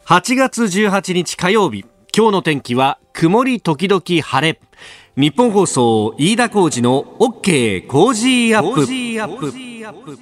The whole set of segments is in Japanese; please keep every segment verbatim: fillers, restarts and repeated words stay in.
はちがつじゅうはちにち火曜日、今日の天気は曇り時々晴れ。日本放送飯田浩司の OK コージーアップ。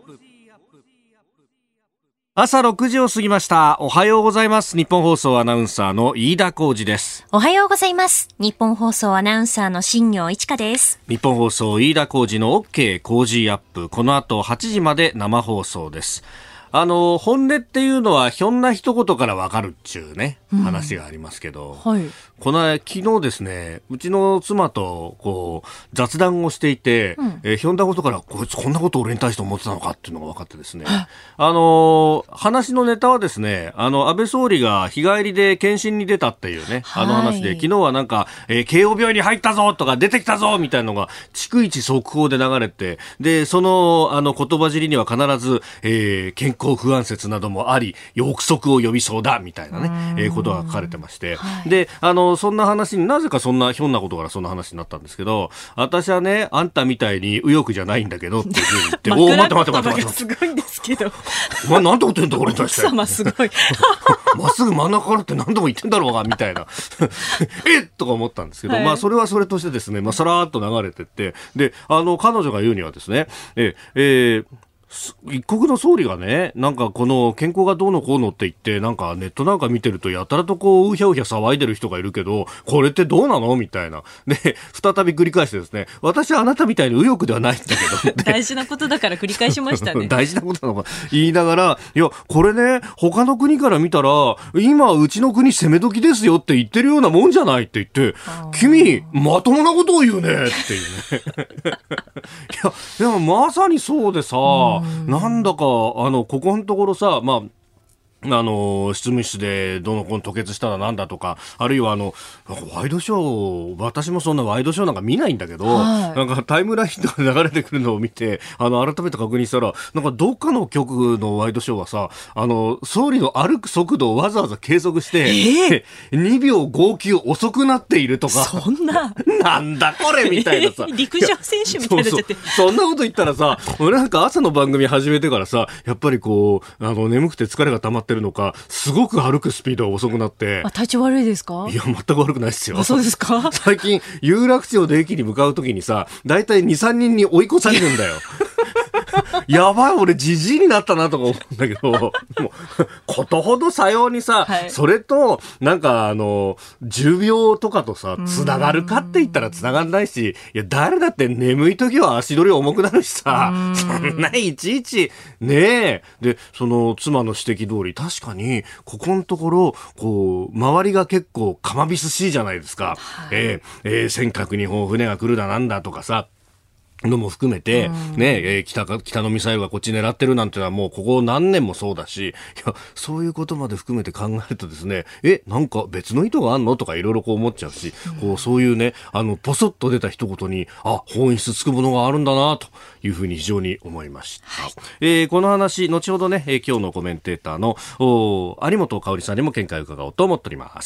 朝ろくじを過ぎました。おはようございます。日本放送アナウンサーの飯田浩司です。 おはようございます。日本放送アナウンサーの新業一華です。 日本放送飯田浩司の OK コージーアップ、この後はちじまで生放送です。あの本音っていうのはひょんな一言から分かるっちゅうね、うん、話がありますけど、はい、この昨日ですね、うちの妻とこう雑談をしていて、うん、えー、ひょんなことからこいつこんなこと俺に対して思ってたのかっていうのが分かってですね、あの話のネタはですね、あの安倍総理が日帰りで検診に出たっていうね、はい、あの話で、昨日はなんか、えー、慶応病院に入ったぞとか出てきたぞみたいなのが逐一速報で流れて、でそのあの言葉尻には必ず、えー、健康不安説などもあり憶測を呼びそうだみたいなね、えー、ことが書かれてまして、はい、であのそんな話になぜかそんなひょんなことからそんな話になったんですけど、私はね、あんたみたいに右翼じゃないんだけどっていうふうに言っておー待って待って待って待ってすごいんですけどお前なんてこと言うんだ俺に対して奥様すごいまっすぐ真ん中からって何度も言ってんだろうがみたいなえっとか思ったんですけど、はい、まあそれはそれとしてですね、まあ、さらーっと流れてって、であの彼女が言うにはですね、ええー一国の総理がね、なんかこの健康がどうのこうのって言ってなんかネットなんか見てるとやたらとこううひゃうひゃ騒いでる人がいるけど、これってどうなのみたいな。で再び繰り返してですね、私はあなたみたいに右翼ではないんだけど大事なことだから繰り返しましたね大事なことなのか言いながら、いやこれね、他の国から見たら今うちの国攻め時ですよって言ってるようなもんじゃないって言って、君まともなことを言うねっていうねいやでもまさにそうでさ、なんだかあのここのところさ、まああの執務室でどの子に吐血したらなんだとか、あるいはあのワイドショー、私もそんなワイドショーなんか見ないんだけど、はい、なんかタイムラインとか流れてくるのを見て、あの改めて確認したら、なんかどっかの局のワイドショーはさ、あの総理の歩く速度をわざわざ計測して、えー、にびょうごきゅう遅くなっているとか、 そんななんだこれみたいなさ、 えー、陸上選手みたいになっちゃって、 そうそう、そんなこと言ったらさ、俺なんか朝の番組始めてからさ、やっぱりこうあの眠くて疲れが溜まってるのか、すごく歩くスピードが遅くなって。 あ、体調悪いですか？ いや全く悪くないですよ。 あ、そうですか？ 最近有楽町で駅に向かうときにさ、だいたい にさんにんに追い越されるんだよやばい、俺ジジイになったなとか思うんだけど、もうことほどさようにさ、はい、それとなんかあのじゅうびょうとかとさつながるかって言ったらつながんないし、いや誰だって眠い時は足取り重くなるしさ、そんないちいちねえ。でその妻の指摘通り、確かにここのところこう周りが結構かまびすしいじゃないですか、はい、えーえー、尖閣に船が来るだなんだとかさのも含めて、ね、えー、北か、北のミサイルがこっち狙ってるなんてのはもうここ何年もそうだし、いや、そういうことまで含めて考えるとですね、え、なんか別の意図があんのとかいろいろこう思っちゃうし、こう、そういうね、あの、ポソッと出た一言に、あ、本質つくものがあるんだな、というふうに非常に思いました。はい、えー、この話、後ほどね、えー、今日のコメンテーターの、有本香織さんにも見解を伺おうと思っております。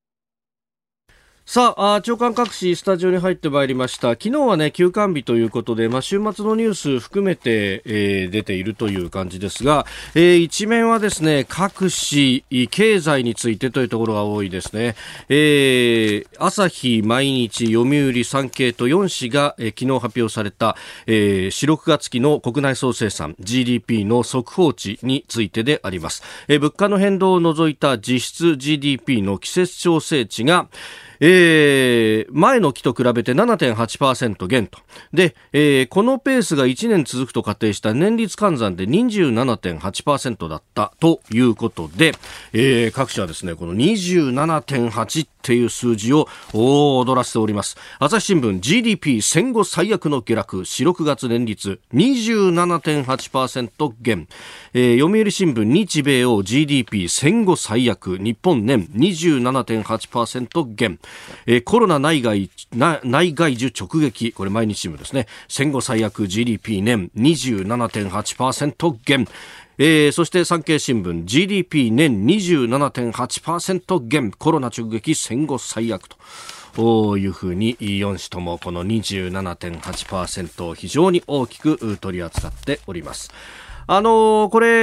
さあ、あ長官各紙スタジオに入ってまいりました。昨日はね休館日ということで、まあ、週末のニュース含めて、えー、出ているという感じですが、えー、一面はですね各紙経済についてというところが多いですね。えー、朝日、毎日、読売、産経とよん紙が、えー、昨日発表された、えー、よん、ろくがつ期の国内総生産 ジーディーピー の速報値についてであります。えー、物価の変動を除いた実質 ジーディーピー の季節調整値がえー、前の期と比べて ななてんはちパーセント 減と。で、えー、このペースがいちねん続くと仮定した年率換算で にじゅうななてんはちパーセント だったということで、えー、各社はですね、この にじゅうななてんはち っていう数字を踊らせております。朝日新聞 ジーディーピー 戦後最悪の下落、よん、ろくがつ年率 にじゅうななてんはちパーセント 減、えー、読売新聞日米欧 ジーディーピー 戦後最悪、日本年 にじゅうななてんはちパーセント 減、えー、コロナ内外、な内外需直撃、これ毎日新聞ですね、戦後最悪 ジーディーピー 年 にじゅうななてんはちパーセント 減、えー、そして産経新聞 ジーディーピー 年 にじゅうななてんはちパーセント 減、コロナ直撃戦後最悪とこういうふうによん紙ともこの にじゅうななてんはちパーセント を非常に大きく取り扱っております。あのー、これ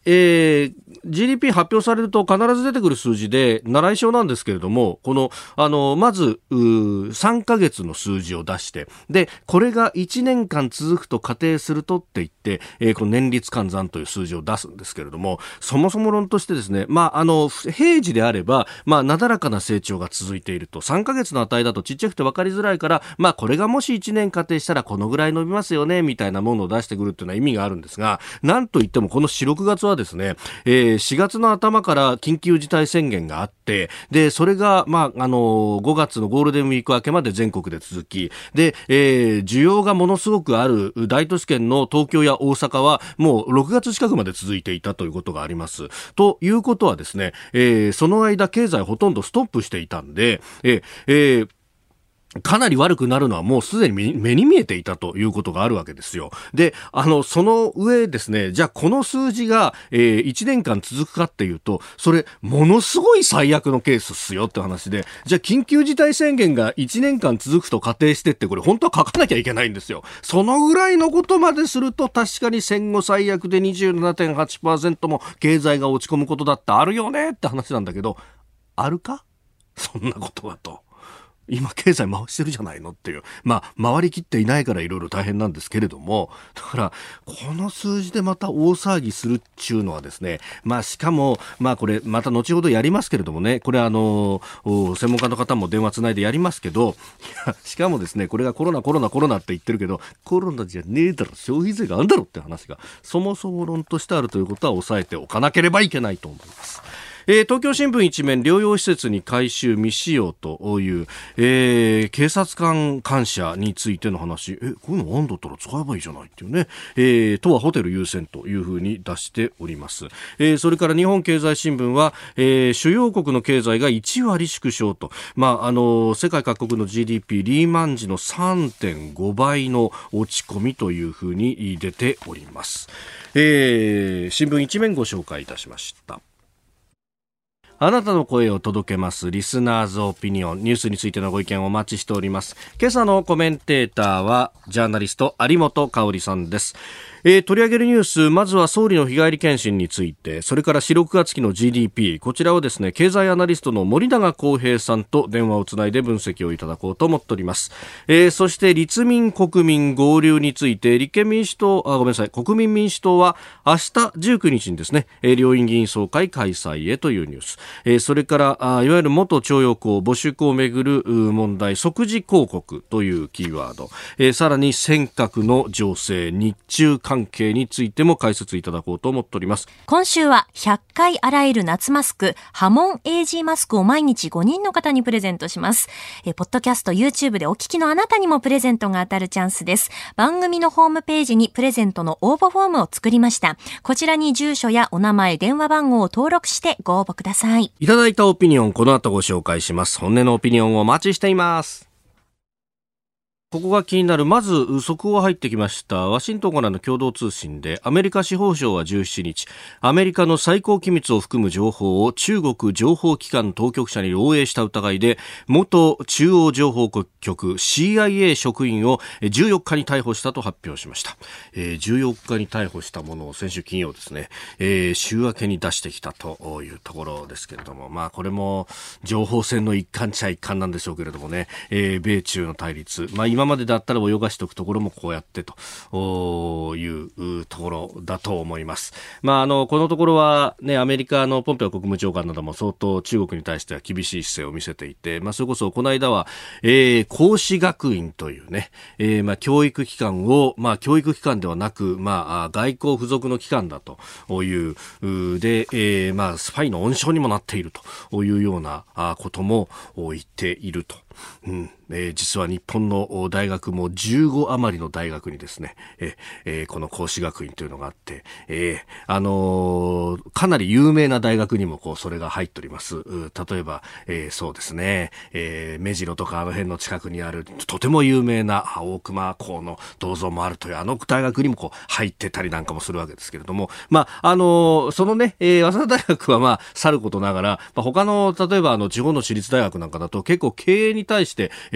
えー、ジーディーピー 発表されると必ず出てくる数字で習い性なんですけれども、この、あの、まず、さんかげつの数字を出して、で、これがいちねんかん続くと仮定するとって言って、えー、この年率換算という数字を出すんですけれども、そもそも論としてですね、まあ、あの、平時であれば、まあ、なだらかな成長が続いていると、さんかげつの値だとちっちゃくて分かりづらいから、まあ、これがもしいちねん仮定したらこのぐらい伸びますよね、みたいなものを出してくるっていうのは意味があるんですが、なんといってもこのし、ろくがつはですね、えー、しがつの頭から緊急事態宣言があって、で、それが、まあ、あの、ごがつのゴールデンウィーク明けまで全国で続き、で、えー、需要がものすごくある大都市圏の東京や大阪はもうろくがつ近くまで続いていたということがあります。ということはですね、えー、その間経済ほとんどストップしていたんで、えーえーかなり悪くなるのはもうすでに目に見えていたということがあるわけですよ。で、あの、その上ですね、じゃあこの数字が、えー、いちねんかん続くかっていうと、それ、ものすごい最悪のケースっすよって話で、じゃあ緊急事態宣言がいちねんかん続くと仮定してって、これ本当は書かなきゃいけないんですよ。そのぐらいのことまですると、確かに戦後最悪で にじゅうななてんはちパーセント も経済が落ち込むことだってあるよねって話なんだけど、あるか？そんなことはと。今経済回してるじゃないのっていう、まあ回りきっていないからいろいろ大変なんですけれども、だからこの数字でまた大騒ぎするっちゅうのはですね、まあしかもまあこれまた後ほどやりますけれどもね、これあの専門家の方も電話つないでやりますけど、いやしかもですね、これがコロナコロナコロナって言ってるけど、コロナじゃねえだろ、消費税があるんだろって話がそもそも論としてあるということは抑えておかなければいけないと思います。えー、東京新聞一面、療養施設に改修未使用という、えー、警察官官舎についての話、えこういうのあんだったら使えばいいじゃないっていうね、えー、都はホテル優先というふうに出しております。えー、それから日本経済新聞は、えー、主要国の経済がいちわり縮小と、まああの世界各国の ジーディーピー リーマン時の さんてんごばいの落ち込みというふうに出ております。えー、新聞一面ご紹介いたしました。あなたの声を届けますリスナーズオピニオン、ニュースについてのご意見をお待ちしております。今朝のコメンテーターはジャーナリスト有本香里さんです。えー、取り上げるニュース、まずは総理の日帰り検診について、それからしろくがつ期の ジーディーピー、こちらをですね、経済アナリストの森永康平さんと電話をつないで分析をいただこうと思っております。えー、そして立民国民合流について、立憲民主党、あ、ごめんなさい、国民民主党は明日じゅうくにちにですね、えー、両院議員総会開催へというニュース、えー、それからあいわゆる元徴用工募集をめぐる問題、即時抗告というキーワード、えー、さらに尖閣の情勢、日中関係についても解説いただこうと思っております。 今週はひゃっかい洗える夏マスク、ハモン エージー マスクを毎日ごにんの方にプレゼントします。えポッドキャスト YouTube でお聞きのあなたにもプレゼントが当たるチャンスです。番組のホームページにプレゼントの応募フォームを作りました。こちらに住所やお名前、電話番号を登録してご応募ください。 いただいたオピニオン、この後ご紹介します。本音のオピニオンをお待ちしています。ここが気になる。まず速報が入ってきました。ワシントンからの共同通信で、アメリカ司法省はじゅうしちにち、アメリカの最高機密を含む情報を中国情報機関当局者に漏洩した疑いで、元中央情報局 シーアイエー 職員をじゅうよっかに逮捕したと発表しました。えー、じゅうよっかに逮捕したものを先週金曜ですね、えー、週明けに出してきたというところですけれども、まあこれも情報戦の一環っちゃ一環なんでしょうけれどもね、えー、米中の対立、まあ今までだったら泳がしておくところもこうやってというところだと思います。まあ、あのこのところは、ね、アメリカのポンペオ国務長官なども相当中国に対しては厳しい姿勢を見せていて、まあ、それこそこの間は、えー、孔子学院というね、えーまあ、教育機関を、まあ、教育機関ではなく、まあ、外交付属の機関だというで、えーまあ、スパイの温床にもなっているというようなことも言っていると。うんえー、実は日本の大学もじゅうご余りの大学にですね、えーえー、この孔子学院というのがあって、えーあのー、かなり有名な大学にもこうそれが入っております。例えば、えー、そうですね、えー、目白とかあの辺の近くにあるとても有名な大隈校の銅像もあるというあの大学にもこう入ってたりなんかもするわけですけれども、まああのー、そのね、えー、早稲田大学はまあさることながら、まあ、他の例えばあの地方の私立大学なんかだと結構経営に対して、え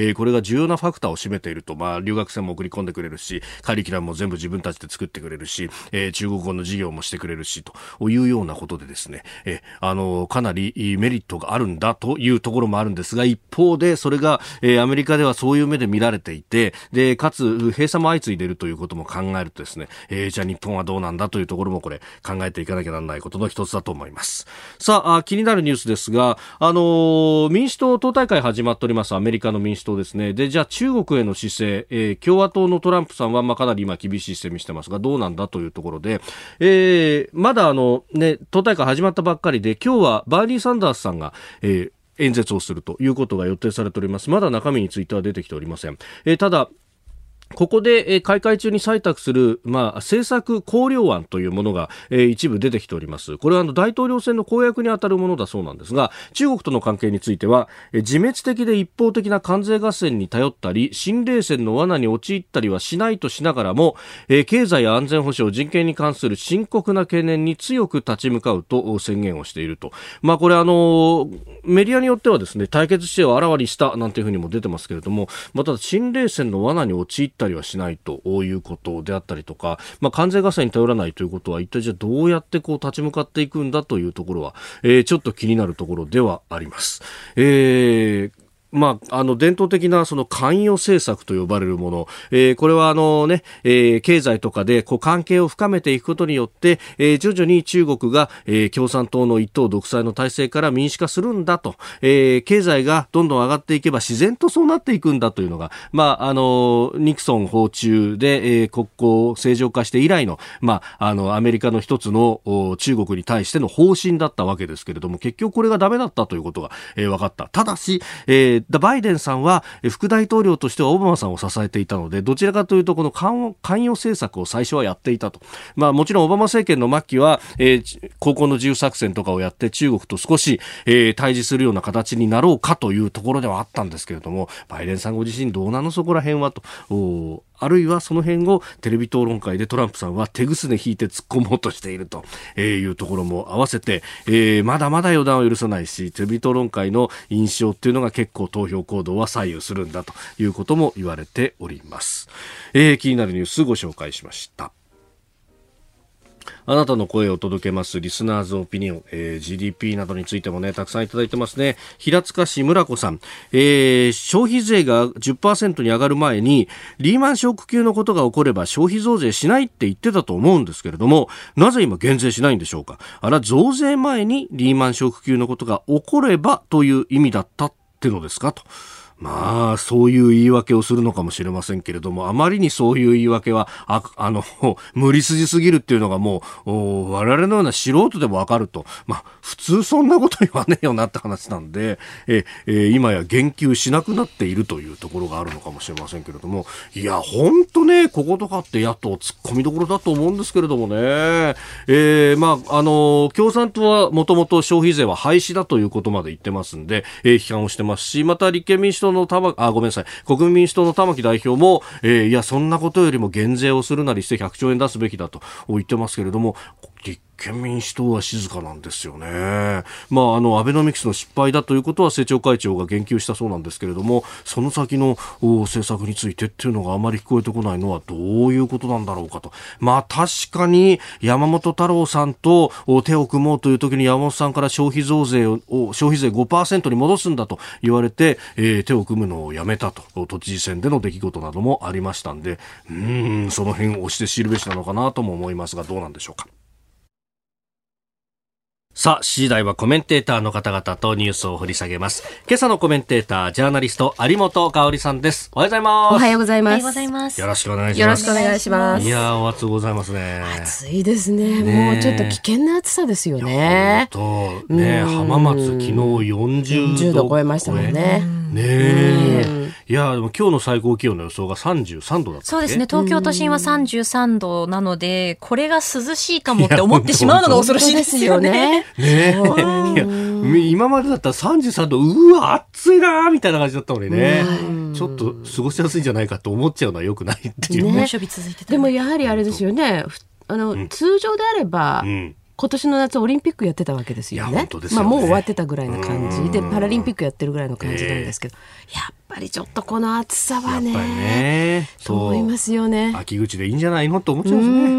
えー、これが重要なファクターを占めていると、まあ、留学生も送り込んでくれるし、カリキュラムも全部自分たちで作ってくれるし、えー、中国語の授業もしてくれるしというようなことでですね、えー、あのかなりメリットがあるんだというところもあるんですが、一方でそれが、えー、アメリカではそういう目で見られていて、でかつ閉鎖も相次いでいるということも考えるとですね、えー、じゃあ日本はどうなんだというところもこれ考えていかなきゃならないことの一つだと思います。さあ、気になるニュースですが、あのー、民主党党大会始まっておりますアメリカの民主党ですね。でじゃあ中国への姿勢、えー、共和党のトランプさんはまあかなり今厳しい姿勢にしてますが、どうなんだというところで、えー、まだあの、ね、党大会始まったばっかりで、今日はバーニー・サンダースさんが、えー、演説をするということが予定されております。まだ中身については出てきておりません。えー、ただここで、えー、開会中に採択する、まあ、政策綱領案というものが、えー、一部出てきております。これはあの大統領選の公約に当たるものだそうなんですが、中国との関係については、えー、自滅的で一方的な関税合戦に頼ったり、新冷戦の罠に陥ったりはしないとしながらも、えー、経済や安全保障、人権に関する深刻な懸念に強く立ち向かうと宣言をしていると。まあ、これあのー、メディアによってはですね、対決姿勢をあらわにしたなんていうふうにも出てますけれども、まあ、ただ新冷戦の罠に陥ったりはしないということであったりとか、まあ、関税合戦に頼らないということは一体じゃあどうやってこう立ち向かっていくんだというところは、えー、ちょっと気になるところではあります。えーまあ、あの伝統的なその関与政策と呼ばれるもの、えー、これはあのね、えー、経済とかでこう関係を深めていくことによって、えー、徐々に中国が、えー、共産党の一党独裁の体制から民主化するんだと、えー、経済がどんどん上がっていけば自然とそうなっていくんだというのが、まあ、あのニクソン訪中で、えー、国交を正常化して以来の、まあ、あのアメリカの一つの中国に対しての方針だったわけですけれども、結局これがダメだったということが、えー、分かった。ただし、えーバイデンさんは副大統領としてはオバマさんを支えていたので、どちらかというとこの関与政策を最初はやっていたと。まあもちろんオバマ政権の末期は、えー、航行の自由作戦とかをやって中国と少し、えー、対峙するような形になろうかというところではあったんですけれども、バイデンさんご自身どうなのそこら辺はと、おあるいはその辺をテレビ討論会でトランプさんは手ぐすね引いて突っ込もうとしているというところも合わせて、えー、まだまだ予断を許さないし、テレビ討論会の印象っていうのが結構投票行動は左右するんだということも言われております。えー、気になるニュースご紹介しました。あなたの声を届けますリスナーズオピニオン、えー、ジーディーピー などについてもねたくさんいただいてますね。平塚市村子さん、えー、消費税が じゅっパーセント に上がる前にリーマンショック級のことが起これば消費増税しないって言ってたと思うんですけれども、なぜ今減税しないんでしょうか。あら増税前にリーマンショック級のことが起こればという意味だったってのですかと。まあそういう言い訳をするのかもしれませんけれども、あまりにそういう言い訳はああの無理筋すぎるっていうのがもう我々のような素人でもわかると。まあ普通そんなこと言わねえよなって話なんで、ええ今や言及しなくなっているというところがあるのかもしれませんけれども、いや本当ねこことかって野党突っ込みどころだと思うんですけれどもね、えー、まああの共産党はもともと消費税は廃止だということまで言ってますんで、えー、批判をしてますし、また立憲民主党の玉あごめんなさい国民民主党の玉木代表も、えー、いやそんなことよりも減税をするなりしてひゃくちょうえん出すべきだと言ってますけれども、立憲民主党は静かなんですよね。まああのアベノミクスの失敗だということは政調会長が言及したそうなんですけれども、その先の政策についてっていうのがあまり聞こえてこないのはどういうことなんだろうかと。まあ確かに山本太郎さんと手を組もうという時に山本さんから消費増税を消費税 ごパーセント に戻すんだと言われて、えー、手を組むのをやめたと都知事選での出来事などもありましたんで、うーんその辺を押して知るべしなのかなとも思いますが、どうなんでしょうか。さあ、しちじ台はコメンテーターの方々とニュースを掘り下げます。今朝のコメンテーター、ジャーナリスト、有本香里さんです。おはようございます。 おはようございます。 おはようございます。 よろしくお願いします。 よろしくお願いします。 いやー、お暑うございますね。 暑いですね。 ねもうちょっと危険な暑さですよね。 本当ね、浜松昨日よんじゅうど。 よんじゅうど超えましたもんね。 ねえ。いやでも今日の最高気温の予想がさんじゅうさんどだったっけ。 そうですね、東京都心はさんじゅうさんどなので、これが涼しいかもって思ってしまうのが恐ろしいですよね。 ねえ。いや今までだったらさんじゅうさんど、うわ暑いなみたいな感じだったのにね、ちょっと過ごしやすいんじゃないかと思っちゃうのは良くないっていうね。 ね、でもやはりあれですよね、あの、うん、通常であれば、うん、 今年の夏オリンピックやってたわけですよね。 いや本当ですよね。 まあ、もう終わってたぐらいな感じでパラリンピックやってるぐらいの感じなんですけど、えー、やっぱりちょっとこの暑さはね、 やっぱりね、 そう思いますよね。 秋口でいいんじゃないのと思っちゃいますね。うん、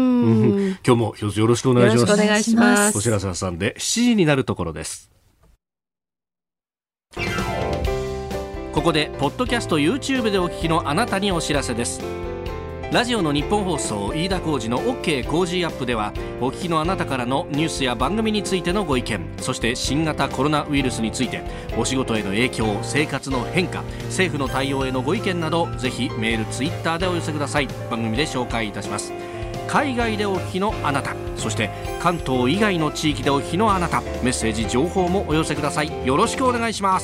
今日も一つよろしくお願いします。 よろしくお願いします。 お知らせ挟んでしちじになるところです。ここでポッドキャスト YouTube でお聞きのあなたにお知らせです。ラジオの日本放送飯田浩司の OK 工事アップではお聞きのあなたからのニュースや番組についてのご意見、そして新型コロナウイルスについてお仕事への影響、生活の変化、政府の対応へのご意見などぜひメール、ツイッターでお寄せください。番組で紹介いたします。海外でお聞きのあなた、そして関東以外の地域でお聞きのあなた、メッセージ情報もお寄せください。よろしくお願いします。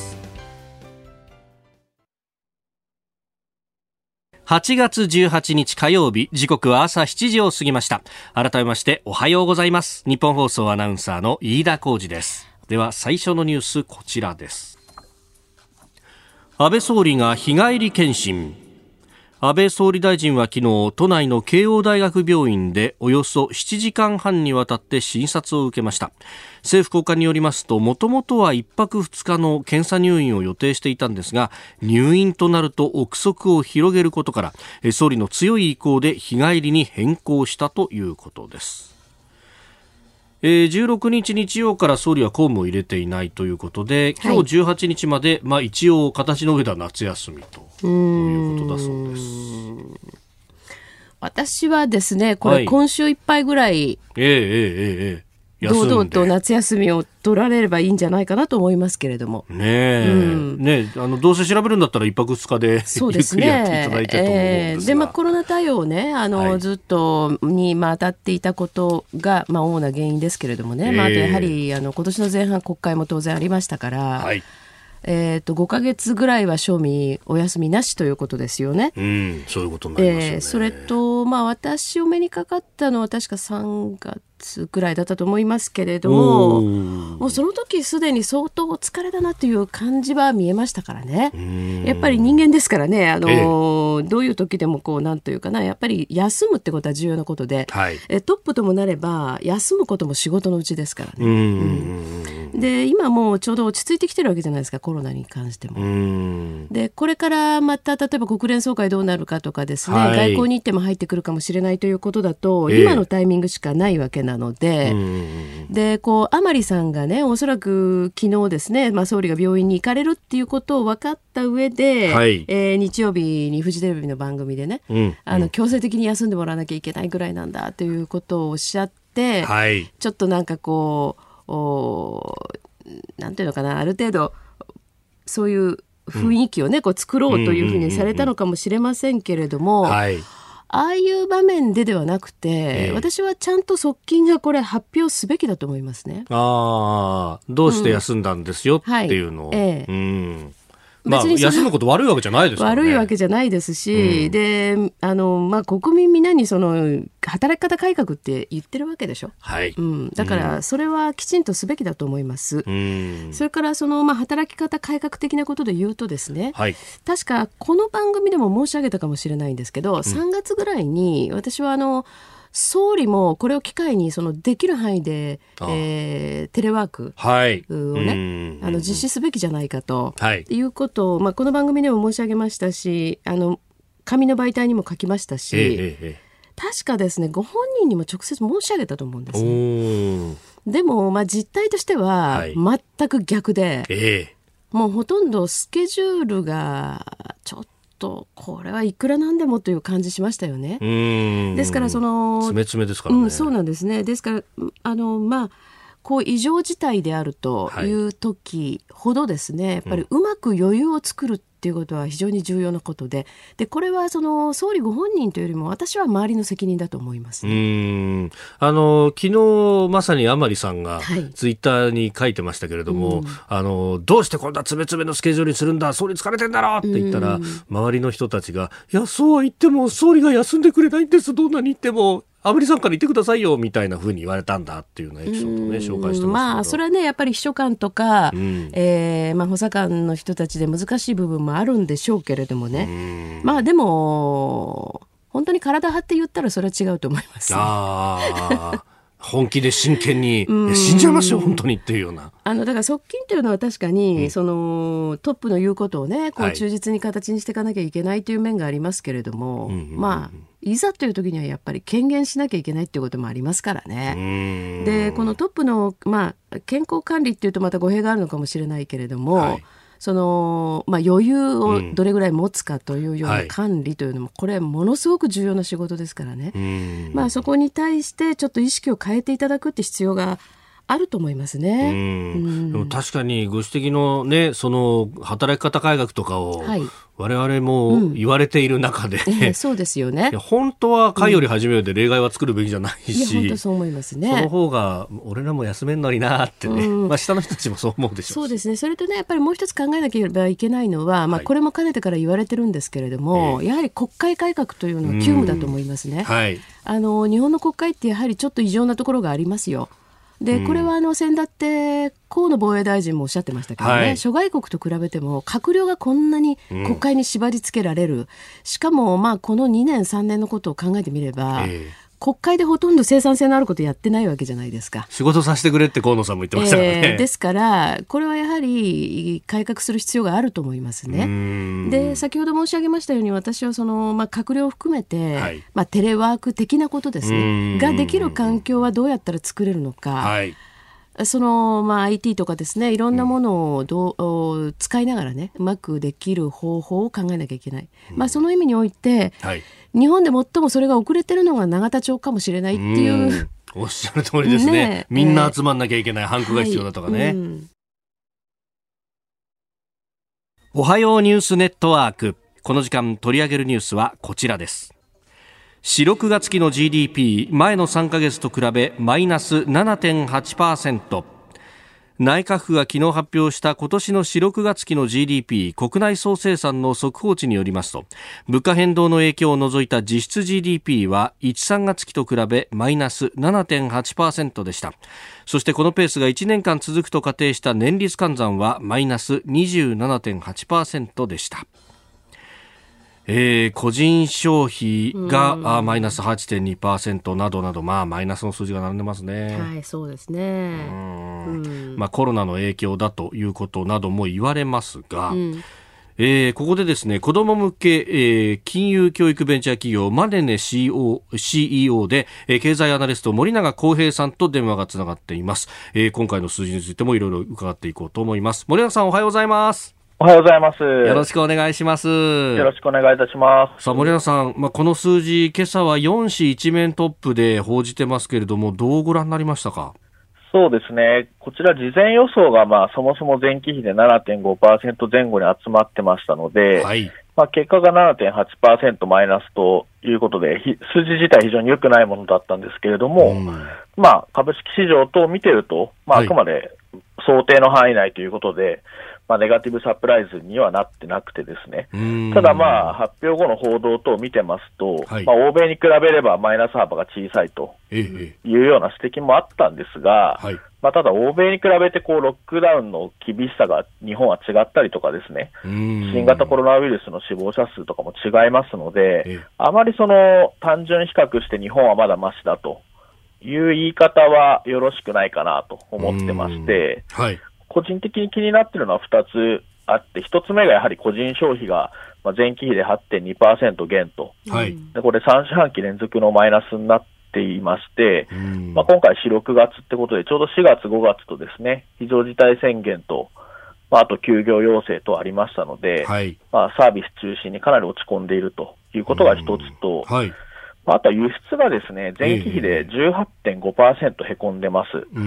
はちがつじゅうはちにち火曜日、時刻は朝しちじを過ぎました。改めましておはようございます。日本放送アナウンサーの飯田浩司です。では最初のニュース、こちらです。安倍総理が日帰り検診。安倍総理大臣は昨日、都内の慶応大学病院でおよそななじかんはんにわたって診察を受けました。政府高官によりますと、もともとはいっぱくふつかの検査入院を予定していたんですが、入院となると憶測を広げることから、総理の強い意向で日帰りに変更したということです。えー、じゅうろくにち日曜から総理は公務を入れていないということで、今日じゅうはちにちまで、はい、まあ、一応形の上では夏休みということだそうです。 私はですね、これ今週いっぱいぐらい、はい、えー、えー、えー堂々と夏休みを取られればいいんじゃないかなと思いますけれども。 ねえ、うん、ねえ、あのどうせ調べるんだったらいっぱくふつかでそうですね、 ゆっくりやっていただいてと思うんですが、えー、 で、まあ、コロナ対応ね、あの、はい、ずっとに、まあ、当たっていたことが、まあ、主な原因ですけれどもね、えーまあ、あとやはりあの今年の前半国会も当然ありましたから、はい、えー、とごかげつぐらいは賞味お休みなしということですよね。 うん、そういうことになりますよね。 えー、それと、まあ、私お目にかかったのは確かさんがつくらいだったと思いますけれども、もうその時すでに相当お疲れだなという感じは見えましたからね。やっぱり人間ですからね、あの、えー、どういう時でもこうなんというかな、やっぱり休むってことは重要なことで、はい、えトップともなれば休むことも仕事のうちですからね。うんうん、で今もうちょうど落ち着いてきてるわけじゃないですか、コロナに関しても。うんでこれからまた例えば国連総会どうなるかとかですね、はい、外交日程も入ってくるかもしれないということだと、えー、今のタイミングしかないわけなので、でこう甘利さんがね、おそらく昨日ですね、まあ、総理が病院に行かれるっていうことを分かった上で、はい、えー、日曜日にフジテレビの番組でね、うん、あの強制的に休んでもらわなきゃいけないぐらいなんだということをおっしゃって、はい、ちょっとなんかこうおなんていうのかな、ある程度そういう雰囲気をね、こう作ろうというふうにされたのかもしれませんけれども、はい、ああいう場面でではなくて、えー、私はちゃんと側近がこれ発表すべきだと思いますね。 ああ、どうして休んだんですよっていうのを、うん、はい、えーうんまあ、休むこと悪いわけじゃないですからね。 悪いわけじゃないですし、うん、であの、まあ、国民みんなにその働き方改革って言ってるわけでしょ、はいうん、だからそれはきちんとすべきだと思います、うん、それからその、まあ、働き方改革的なことで言うとですね、はい、確かこの番組でも申し上げたかもしれないんですけど、うん、さんがつぐらいに私はあの総理もこれを機会にそのできる範囲で、えー、テレワークをね、はい、あの実施すべきじゃないかと、はい、いうことを、まあ、この番組でも申し上げましたし、あの紙の媒体にも書きましたし、えーえー、確かですねご本人にも直接申し上げたと思うんですね。でも、まあ、実態としては全く逆で、はいえー、もうほとんどスケジュールがちょっととこれはいくらなんでもという感じしましたよね。うんですからその詰め詰めですからね、 うん、そうなんですね。ですからあのまあこう異常事態であるという時ほどですね、はい、やっぱりうまく余裕を作るっていうことは非常に重要なことで、でこれはその総理ご本人というよりも私は周りの責任だと思います、ね、 うんあの昨日まさに甘利さんがツイッターに書いてましたけれども、はいうん、あのどうしてこんな詰め詰めのスケジュールにするんだ、総理疲れてんだろって言ったら、周りの人たちがいやそうは言っても総理が休んでくれないんです、どんなに言っても甘利さんから言ってくださいよみたいな風に言われたんだっていうようなエピソードを、ね、紹介してますけど、 まあ、それはねやっぱり秘書官とか、うんえーまあ、補佐官の人たちで難しい部分もあるんでしょうけれどもね、まあでも本当に体張って言ったらそれは違うと思います、ね、 あ本気で真剣に死んじゃいますよ本当にっていうような。 あのだから側近というのは確かに、うん、そのトップの言うことをねこう忠実に形にしていかなきゃいけないという面がありますけれども、はい、まあいざという時にはやっぱり権限しなきゃいけないっていうこともありますからね。でこのトップの、まあ、健康管理っていうとまた語弊があるのかもしれないけれども、はい、そのまあ、余裕をどれぐらい持つかというような管理というのも、うん、これものすごく重要な仕事ですからね。まあ、そこに対してちょっと意識を変えていただくって必要があると思いますね。うん、 でも確かにご指摘のねその働き方改革とかを、はい、我々も言われている中で、うんえー、 そうですよね。 本当は会より始めるで例外は作るべきじゃないし、 うん、いや本当そう思いますね。 その方が俺らも休めんのになってね、うんまあ、下の人たちもそう思うでしょうし。 そうですね。それとねやっぱりもう一つ考えなければいけないのは、まあ、これもかねてから言われてるんですけれども、はい、やはり国会改革というのは急務だと思いますね。はい、あの日本の国会ってやはりちょっと異常なところがありますよ。でこれはあの先だって河野防衛大臣もおっしゃってましたけどね、はい、諸外国と比べても閣僚がこんなに国会に縛り付けられる、うん、しかもまあこのにねんさんねんのことを考えてみれば、えー国会でほとんど生産性のあることやってないわけじゃないですか。 仕事させてくれって河野さんも言ってましたからね、 えー、ですからこれはやはり改革する必要があると思いますね。で先ほど申し上げましたように私はその、まあ、閣僚を含めて、はいまあ、テレワーク的なことですねができる環境はどうやったら作れるのか、はいそのまあ、アイティー とかですねいろんなものをどう、うん、使いながらねうまくできる方法を考えなきゃいけない、うんまあ、その意味において、はい、日本で最もそれが遅れてるのが永田町かもしれないっていう、 うん、おっしゃる通りですね。ねみんな集まんなきゃいけない、えー、ハンコが必要だとかね、はいうん、おはようニュースネットワーク。この時間取り上げるニュースはこちらです。四ろくがつ期の ジーディーピー 前のさんかげつと比べマイナス ななてんはちパーセント。内閣府が昨日発表した今年の四ろくがつ期の ジーディーピー 国内総生産の速報値によりますと物価変動の影響を除いた実質 ジーディーピー はいち、さんがつ期と比べマイナス ななてんはちパーセント でした。そしてこのペースがいちねんかん続くと仮定した年率換算はマイナス にじゅうななてんはちパーセント でした。えー、個人消費があマイナス はちてんにパーセント などなど、まあ、マイナスの数字が並んでますね。 はい、そうですね。うん、 まあ、コロナの影響だということなども言われますが、うんえー、ここでですね子ども向け、えー、金融教育ベンチャー企業マネネ シーイーオー で、えー、経済アナリスト森永康平さんと電話がつながっています。えー、今回の数字についてもいろいろ伺っていこうと思います。森永さんおはようございます。 おはようございます。 よろしくお願いします。 よろしくお願いいたします。 さあ森永さん、まあ、この数字今朝はよん紙一面トップで報じてますけれどもどうご覧になりましたか？ そうですね。こちら事前予想がまあそもそも前期比で ななてんごパーセント 前後に集まってましたので、はいまあ、結果が ななてんはちパーセント マイナスということで数字自体非常に良くないものだったんですけれども、うんまあ、株式市場等を見てると、まあ、あくまで想定の範囲内ということで、はいまあ、ネガティブサプライズにはなってなくてですね。ただまあ発表後の報道等を見てますと、はいまあ、欧米に比べればマイナス幅が小さいというような指摘もあったんですが、はいまあ、ただ欧米に比べてこうロックダウンの厳しさが日本は違ったりとかですね、新型コロナウイルスの死亡者数とかも違いますので、あまりその単純比較して日本はまだマシだという言い方はよろしくないかなと思ってまして、はい個人的に気になっているのはふたつあって、ひとつめがやはり個人消費が前期比で はちてんにパーセント 減と、はい、でこれさん四半期連続のマイナスになっていまして、まあ、今回よん、ろくがつってことでちょうどしがつごがつとですね非常事態宣言と、まあ、あと休業要請とありましたので、はいまあ、サービス中心にかなり落ち込んでいるということがひとつと、はいあとは輸出がですね、前期比で じゅうはちてんごパーセント へこんでます。うん、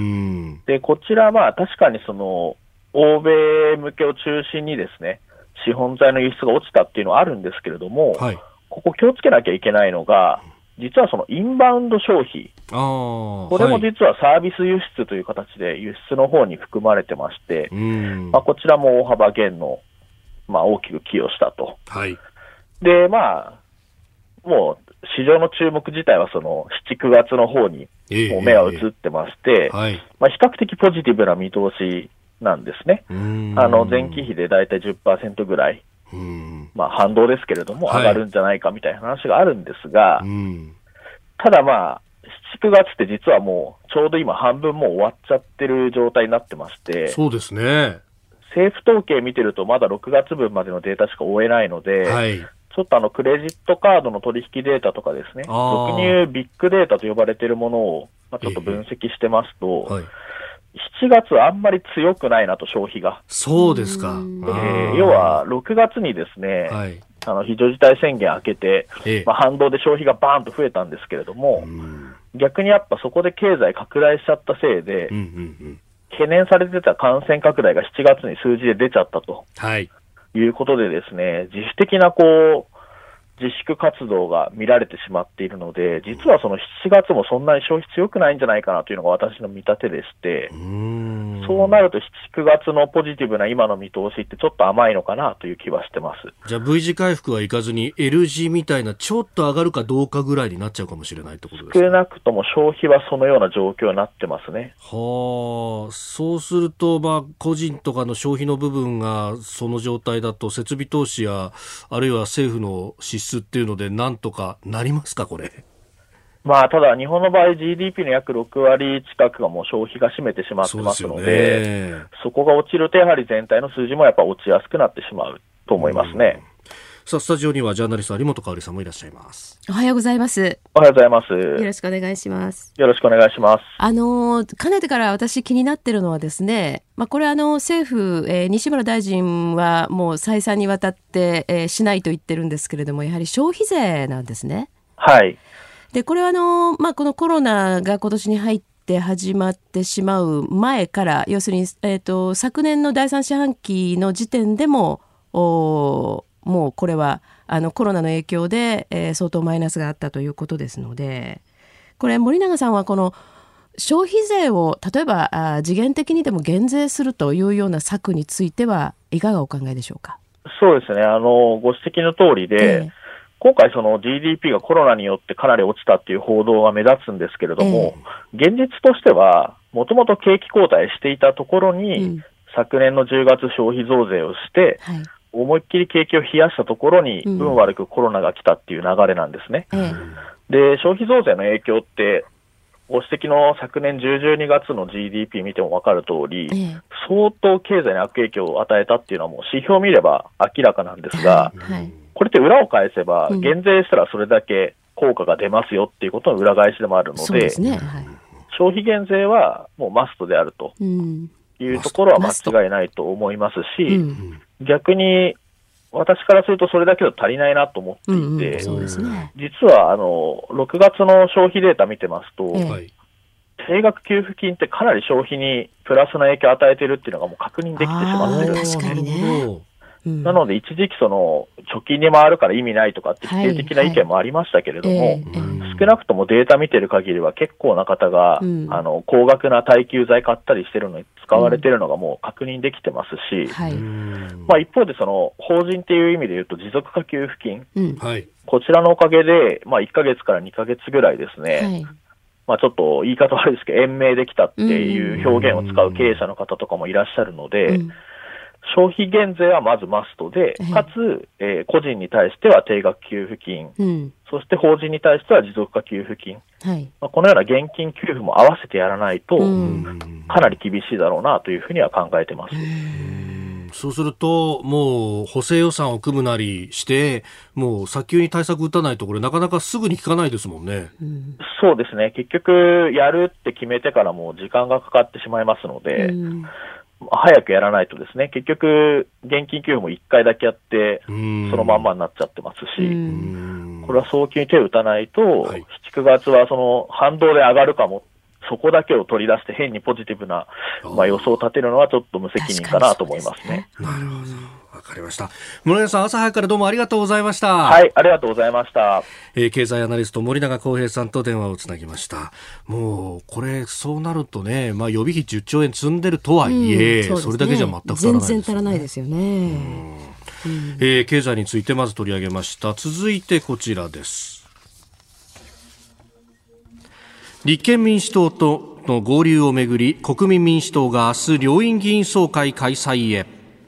で、こちらは確かにその、欧米向けを中心にですね、資本財の輸出が落ちたっていうのはあるんですけれども、はい、ここ気をつけなきゃいけないのが、実はそのインバウンド消費。あこれも実はサービス輸出という形で輸出の方に含まれてまして、うんまあ、こちらも大幅減の、まあ、大きく寄与したと。はい、で、まあ、もう市場の注目自体はそのしち、くがつの方にもう目が移ってまして、えーえーはいまあ、比較的ポジティブな見通しなんですね。あの前期比でだいたい じゅっパーセント ぐらい、まあ、反動ですけれども上がるんじゃないかみたいな話があるんですが、はい、ただまあしち、 ち、くがつって実はもうちょうど今半分もう終わっちゃってる状態になってまして、 そうですね。 政府統計見てるとまだろくがつぶんまでのデータしか追えないので、はい、ちょっとあのクレジットカードの取引データとかですね、俗に言うビッグデータと呼ばれているものを、まあ、ちょっと分析してますと、えーはい、しちがつはあんまり強くないなと、消費が。 そうですか。 えー、要はろくがつにですね、はい、あの非常事態宣言明けて、えーまあ、反動で消費がバーンと増えたんですけれども、逆にやっぱそこで経済拡大しちゃったせいで、うんうんうん、懸念されてた感染拡大がしちがつに数字で出ちゃったと、はい、いうことでですね、自主的なこう自粛活動が見られてしまっているので、実はそのしちがつもそんなに消費強くないんじゃないかなというのが私の見立てでして、うーん、そうなるとしち、くがつのポジティブな今の見通しってちょっと甘いのかなという気はしてます。 じゃあ V 字回復はいかずに L 字みたいなちょっと上がるかどうかぐらいになっちゃうかもしれないってことですか。 少なくとも消費はそのような状況になってますね。 はあ、そうすると、まあ、個人とかの消費の部分がその状態だと設備投資やあるいは政府の支出っていうのでなんとかなりますか、これ。 まあ、ただ日本の場合 ジーディーピー の約ろくわり近くがもう消費が占めてしまってますの で, そ, で そこが落ちるとやはり全体の数字もやっぱ落ちやすくなってしまうと思いますね。 さあ、スタジオにはジャーナリスト有本香里さんもいらっしゃいます。 おはようございます。 おはようございます。 よろしくお願いします。 よろしくお願いします。 あのかねてから私気になってるのはですね、まあ、これあの政府、えー、西村大臣はもう再三にわたって、えー、しないと言ってるんですけれども、やはり消費税なんですね。 はい。 でこれはあの、まあ、このコロナが今年に入って始まってしまう前から、要するに、えーと、昨年のだいさん四半期の時点でもおもうこれはあのコロナの影響で、えー、相当マイナスがあったということですので、これ森永さんはこの消費税を例えばあ時限的にでも減税するというような策についてはいかがお考えでしょうか。 そうですね、あのご指摘の通りで、えー今回その ジーディーピー がコロナによってかなり落ちたっていう報道が目立つんですけれども、えー、現実としてはもともと景気後退していたところに、うん、昨年のじゅうがつ消費増税をして、はい、思いっきり景気を冷やしたところに運悪くコロナが来たっていう流れなんですね、うん、で消費増税の影響ってご指摘の昨年じゅう、じゅうにがつの ジーディーピー 見ても分かる通り、えー、相当経済に悪影響を与えたっていうのはもう指標を見れば明らかなんですが、はいはい、これって裏を返せば、うん、減税したらそれだけ効果が出ますよっていうことの裏返しでもあるの で, で、ねはい、消費減税はもうマストであるというところは間違いないと思いますし、うん、逆に私からするとそれだけで足りないなと思っていて、うんうんそうですね、実はあのろくがつの消費データ見てますと、ええ、定額給付金ってかなり消費にプラスの影響を与えているっていうのがもう確認できてしまってるんです。 確かにね。 うん、なので一時期その貯金に回るから意味ないとかって否定的な意見もありましたけれども、はいはいえー、少なくともデータ見てる限りは結構な方が、うん、あの高額な耐久財買ったりしてるのに使われてるのがもう確認できてますし、うんはいまあ、一方でその法人っていう意味で言うと持続化給付金、うん、こちらのおかげで、まあ、いっかげつからにかげつぐらいですね、はいまあ、ちょっと言い方悪いですけど延命できたっていう表現を使う経営者の方とかもいらっしゃるので、うん消費減税はまずマストで、かつ、えー、個人に対しては定額給付金、うん、そして法人に対しては持続化給付金、はいまあ、このような現金給付も合わせてやらないと、うん、かなり厳しいだろうなというふうには考えてます。 うんそうするともう補正予算を組むなりしてもう早急に対策打たないとこれなかなかすぐに効かないですもんね、うん、 そうですね結局やるって決めてからも時間がかかってしまいますので、うん早くやらないとですね、結局現金給付もいっかいだけやってそのまんまになっちゃってますし、これは早急に手を打たないと、はい、しち、くがつはその反動で上がるかも、そこだけを取り出して変にポジティブな、まあ、予想を立てるのはちょっと無責任かなと思いますね。 なるほど。わかりました。森永さん、朝早くからどうもありがとうございました。 はい、ありがとうございました。 えー、経済アナリスト森永康平さんと電話をつなぎました。もうこれそうなるとね、まあ、予備費じゅっちょうえん積んでるとはいえ、うん そ, ね、それだけじゃ全く足らないです、ね、 全然足らないですよね。うんうんえー、経済についてまず取り上げました。続いてこちらです。立憲民主党との合流をめぐり国民民主党が明日両院議員総会開催へ。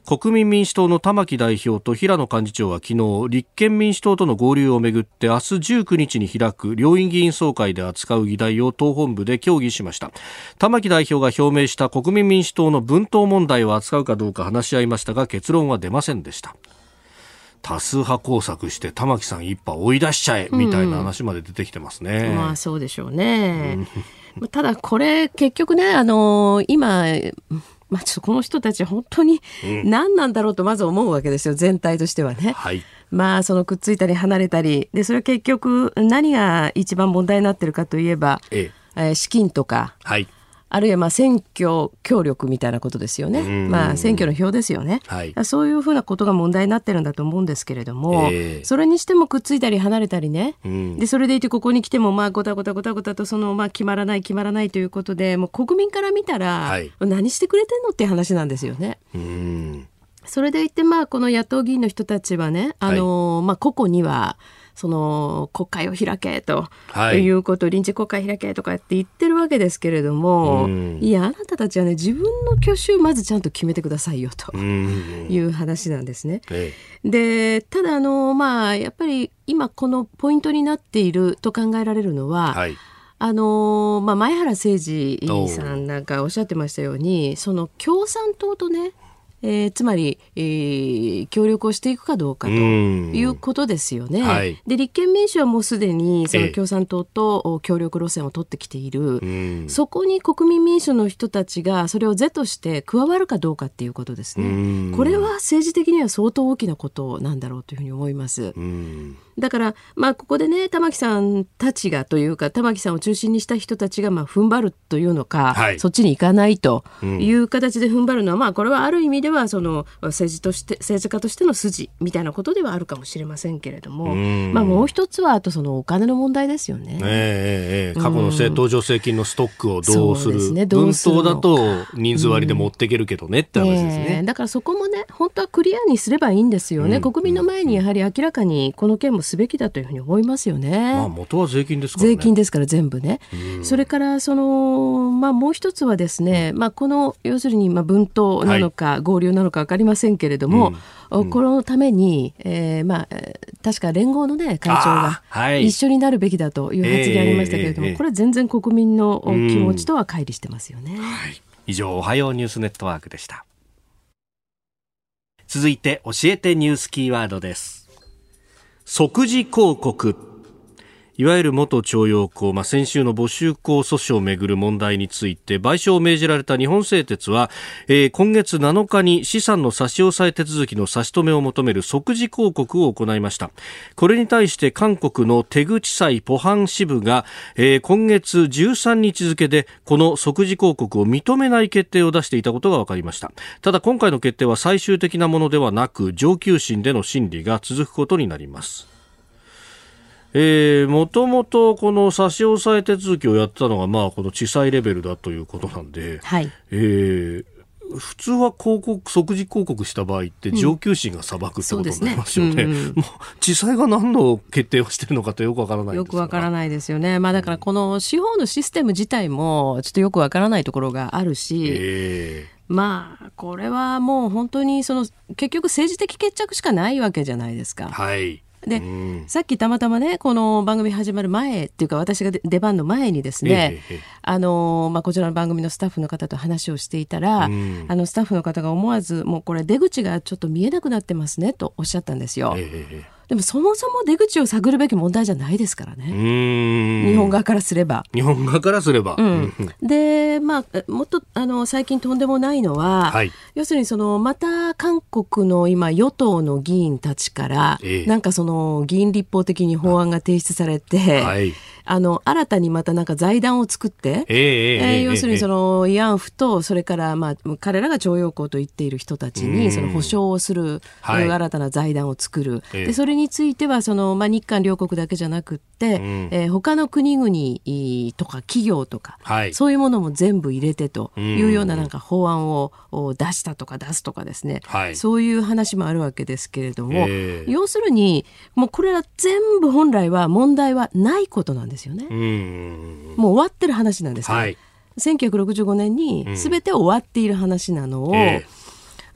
国民民主党の玉木代表と平野幹事長は昨日、立憲民主党との合流をめぐって明日じゅうくにちに開く両院議員総会で扱う議題を党本部で協議しました。玉木代表が表明した国民民主党の分党問題を扱うかどうか話し合いましたが、結論は出ませんでした。多数派工作して玉木さん一派追い出しちゃえみたいな話まで出てきてますね。 うん、まあそうでしょうね。うん、ただこれ結局ね、あのー、今、まあ、ちょっとこの人たち本当に何なんだろうとまず思うわけですよ、全体としてはね。 はい、 まあそのくっついたり離れたりで、それは結局何が一番問題になってるかといえば、えええー、資金とか、はい、あるいはまあ選挙協力みたいなことですよね。まあ選挙の票ですよね。はい、そういうふうなことが問題になってるんだと思うんですけれども、えー、それにしてもくっついたり離れたりね、うん、でそれでいてここに来てもまあごたごたごたごたとそのまあ決まらない決まらないということで、もう国民から見たら、はい、何してくれてんのっていう話なんですよね。うん、それでいてまあこの野党議員の人たちはね、あの、はい、まあ個々にはその国会を開けということ、はい、臨時国会開けとかって言ってるわけですけれども、うん、いやあなたたちはね自分の去就まずちゃんと決めてくださいよという話なんですね。ええ、でただあの、まあ、やっぱり今このポイントになっていると考えられるのは、はい、あのまあ、前原誠司さんなんかおっしゃってましたように、その共産党とね、えー、つまり、えー、協力をしていくかどうかということですよね。はい、で立憲民主はもうすでにその共産党と協力路線を取ってきている、ええ、そこに国民民主の人たちがそれを是として加わるかどうかっていうことですね。これは政治的には相当大きなことなんだろうというふうに思います。だから、まあ、ここでね玉木さんたちがというか玉木さんを中心にした人たちがまあ踏ん張るというのか、はい、そっちに行かないという形で踏ん張るのは、まあ、これはある意味ではその政治として政治家としての筋みたいなことではあるかもしれませんけれども、まあ、もう一つはあとそのお金の問題ですよね。 えーえー、過去の政党助成金のストックをどうする、ね、分党だと人数割りで持っていけるけどねって話ですね。 えー、だからそこもね本当はクリアにすればいいんですよね。うん、国民の前にやはり明らかにこの件もすべきだというふうに思いますよね。 まあ、元は税金ですからね。 税金ですから全部ね。うん、それからその、まあ、もう一つはですね、まあ、この要するにまあ分党なのか合流なのか分かりませんけれども、うんうん、このために、えーまあ、確か連合の、ね、会長が一緒になるべきだという発言ありましたけれども、はい、これは全然国民の気持ちとは乖離してますよね。うん、はい、 以上おはようニュースネットワークでした。続いて教えてニュースキーワードです。即時抗告。いわゆる元徴用工、まあ、先週の募集工訴訟をめぐる問題について賠償を命じられた日本製鉄は、えー、今月なのかに資産の差し押さえ手続きの差し止めを求める即時抗告を行いました。これに対して韓国のテグ地裁ポハン支部が、えー、今月じゅうさんにち付でこの即時抗告を認めない決定を出していたことが分かりました。ただ今回の決定は最終的なものではなく上級審での審理が続くことになります。えー、もともとこの差し押さえ手続きをやったのが、まあ、この地裁レベルだということなんで、はい、えー、普通は広告即時抗告した場合って上級審が裁くってことになりますよね。うん、もう地裁が何の決定をしているのかとよくわからないんですが、 よくわからないですよね。まあ、だからこの司法のシステム自体もちょっとよくわからないところがあるし、えーまあ、これはもう本当にその結局政治的決着しかないわけじゃないですか。はい。で、うん、さっきたまたまねこの番組始まる前っていうか私が出番の前にですね、ええあのまあ、こちらの番組のスタッフの方と話をしていたら、うん、あのスタッフの方が思わずもうこれ出口がちょっと見えなくなってますねとおっしゃったんですよ。ええでもそもそも出口を探るべき問題じゃないですからね。うーん日本側からすれば日本側からすれば、うん、 で、まあ、もっとあの最近とんでもないのは、はい、要するにそのまた韓国の今与党の議員たちから、ええ、なんかその議員立法的に法案が提出されて、はい、あの新たにまたなんか財団を作って、えええー、要するにその慰安婦とそれから、まあ、彼らが徴用工と言っている人たちにその保障をする、はい、新たな財団を作る、ええ、でそれについてはその、まあ、日韓両国だけじゃなくって、うんえー、他の国々とか企業とか、はい、そういうものも全部入れてというようななんか法案を出したとか出すとかですね、はい、そういう話もあるわけですけれども、えー、要するにもうこれは全部本来は問題はないことなんですよね。うんもう終わってる話なんですよ、はい、せんきゅうひゃくろくじゅうごねんに全て終わっている話なのを、うんえー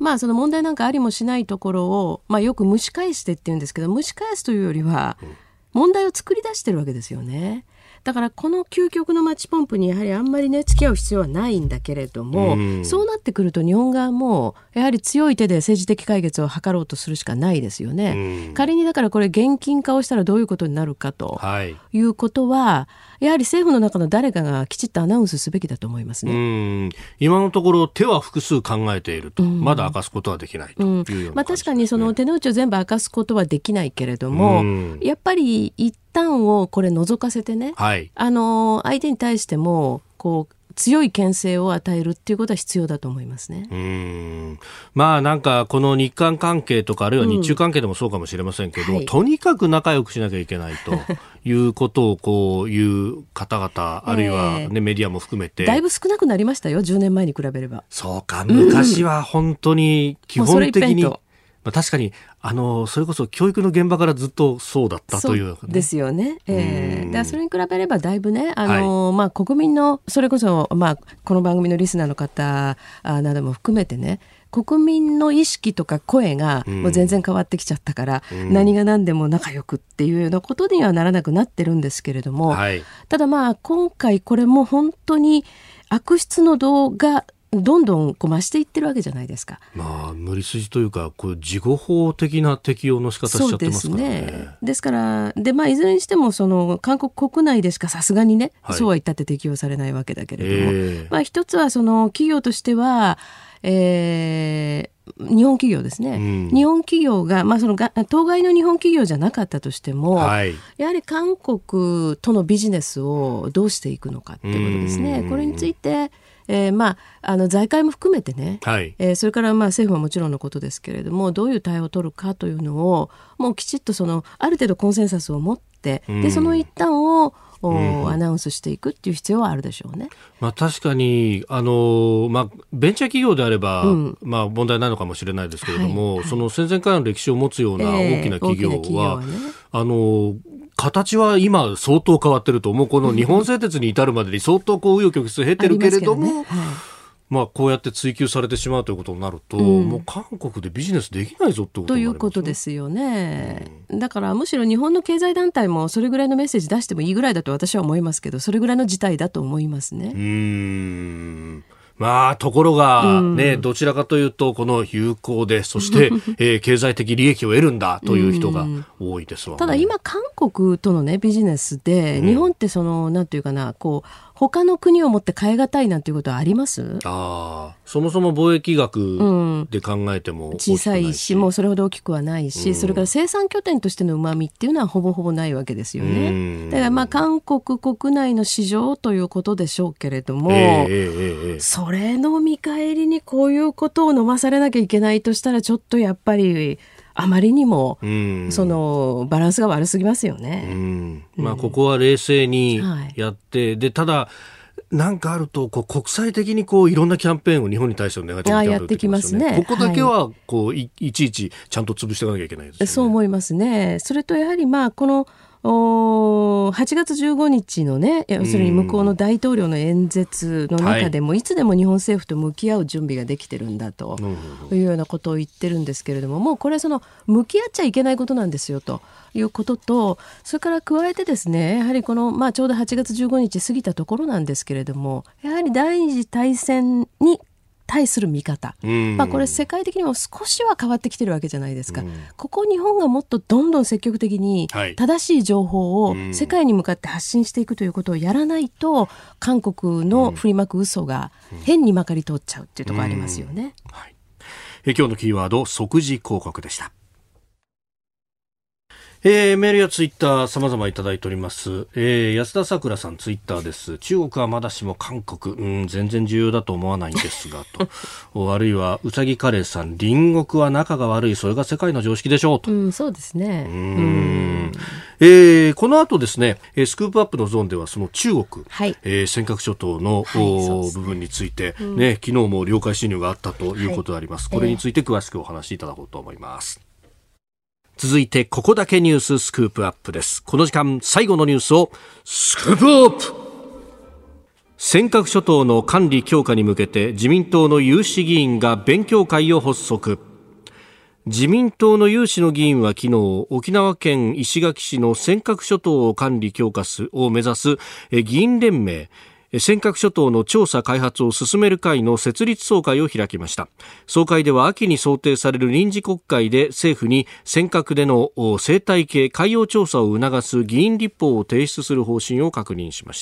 まあその問題なんかありもしないところを、まあ、よく蒸し返してって言うんですけど、蒸し返すというよりは問題を作り出してるわけですよね。だからこの究極のマッチポンプにやはりあんまりね付き合う必要はないんだけれども、うん、そうなってくると日本側もやはり強い手で政治的解決を図ろうとするしかないですよね、うん、仮にだからこれ現金化をしたらどういうことになるかということは、はい、やはり政府の中の誰かがきちっとアナウンスすべきだと思いますね。 うん、今のところ手は複数考えていると、うん、まだ明かすことはできないというような感じですね。 まあ、確かにその手の内を全部明かすことはできないけれども、うん、やっぱり一旦をこれ覗かせてね、はい、あの相手に対してもこう強い牽制を与えるっていうことは必要だと思いますね。 うーん、まあなんかこの日韓関係とかあるいは日中関係でもそうかもしれませんけど、うんはい、とにかく仲良くしなきゃいけないということをこういう方々あるいは、ねえー、メディアも含めてだいぶ少なくなりましたよ、じゅうねんまえに比べれば。 そうか、昔は本当に基本的に、うんまあ、確かにあのそれこそ教育の現場からずっとそうだったという、ね、 そうですよね、えー、だからそれに比べればだいぶねあの、はいまあ、国民のそれこそ、まあ、この番組のリスナーの方なども含めてね国民の意識とか声がもう全然変わってきちゃったから、うん、何が何でも仲良くっていうようなことにはならなくなってるんですけれども、はい、ただまあ今回これも本当に悪質の度がどんどんこう増していってるわけじゃないですか。 まあ、無理筋というかこう事後法的な適用の仕方しちゃってますからね。そうですね。 ですからで、まあ、いずれにしてもその韓国国内でしかさすがにね、はい、そうは言ったって適用されないわけだけれども、えーまあ、一つはその企業としては、えー、日本企業ですね、うん、日本企業が、まあ、そのが当該の日本企業じゃなかったとしても、はい、やはり韓国とのビジネスをどうしていくのかっていうことですね。これについてえーまあ、あの財界も含めてね、はいえー、それからまあ政府はもちろんのことですけれどもどういう対応を取るかというのをもうきちっとそのある程度コンセンサスを持ってでその一端をうん、アナウンスしていくっていう必要はあるでしょうね。 まあ、確かにあの、まあ、ベンチャー企業であれば、うんまあ、問題ないのかもしれないですけれども、はいはい、その戦前からの歴史を持つような大きな企業は、えー、大きな企業はね、あの形は今相当変わってると思う。この日本製鉄に至るまでに相当こう紆余曲折経てるけれども、ねはいまあ、こうやって追及されてしまうということになると、うん、もう韓国でビジネスできないぞってことになりますね。ということですよね、 うん、だからむしろ日本の経済団体もそれぐらいのメッセージ出してもいいぐらいだと私は思いますけどそれぐらいの事態だと思いますね。 うーんまあ、ところが、ねうん、どちらかというとこの友好でそして、えー、経済的利益を得るんだという人が多いですわ、ね、 ただ今韓国との、ね、ビジネスで、うん、日本ってそのなんていうかなこう他の国をもって変え難いなんていうことはあります？ あそもそも貿易額で考えても、うん、 小さいしもうそれほど大きくはないし、うん、それから生産拠点としてのうまみっていうのはほぼほぼないわけですよね、うん、だからまあ韓国国内の市場ということでしょうけれども、えーえー、それの見返りにこういうことを飲まされなきゃいけないとしたらちょっとやっぱりあまりにも、うん、そのバランスが悪すぎますよね、 うんまあ、ここは冷静にやって、はい、でただなんかあるとこう国際的にこういろんなキャンペーンを日本に対してのネガティブキャンペーンをやってきますよね。ここだけはこう、はい、い, いちいちちゃんと潰していかなきゃいけないですよね。 そう思いますね。それとやはりまあこのはちがつじゅうごにちのね要するに向こうの大統領の演説の中でも、うん、いつでも日本政府と向き合う準備ができてるんだというようなことを言ってるんですけれどももうこれはその向き合っちゃいけないことなんですよということとそれから加えてですねやはりこの、まあ、ちょうどはちがつじゅうごにち過ぎたところなんですけれどもやはり第二次大戦に対する見方、まあ、これ世界的にも少しは変わってきてるわけじゃないですか。ここ日本がもっとどんどん積極的に正しい情報を世界に向かって発信していくということをやらないと韓国の振りまく嘘が変にまかり通っちゃうっていうところありますよね、 はい、え今日のキーワード即時広告でした。えー、メールやツイッター様々いただいております、えー、安田さくらさんツイッターです。中国はまだしも韓国、うん、全然重要だと思わないんですがとあるいはうさぎカレーさん隣国は仲が悪いそれが世界の常識でしょうと、 うん、そうですね。 うーん、えー、この後ですねスクープアップのゾーンではその中国、はいえー、尖閣諸島の、はいね、部分について、うんね、昨日も領海侵入があったということであります、はい、これについて詳しくお話しいただこうと思います、えー続いてここだけニューススクープアップです。この時間最後のニュースをスクープアップ。 尖閣諸島の管理強化に向けて自民党の有志議員が勉強会を発足。自民党の有志の議員は昨日、沖縄県石垣市の尖閣諸島を管理強化を目指す議員連盟尖閣諸島の調査開発を進める会の設立総会を開きました。総会では秋に想定される臨時国会で政府に尖閣での生態系海洋調査を促す議員立法を提出する方針を確認しました。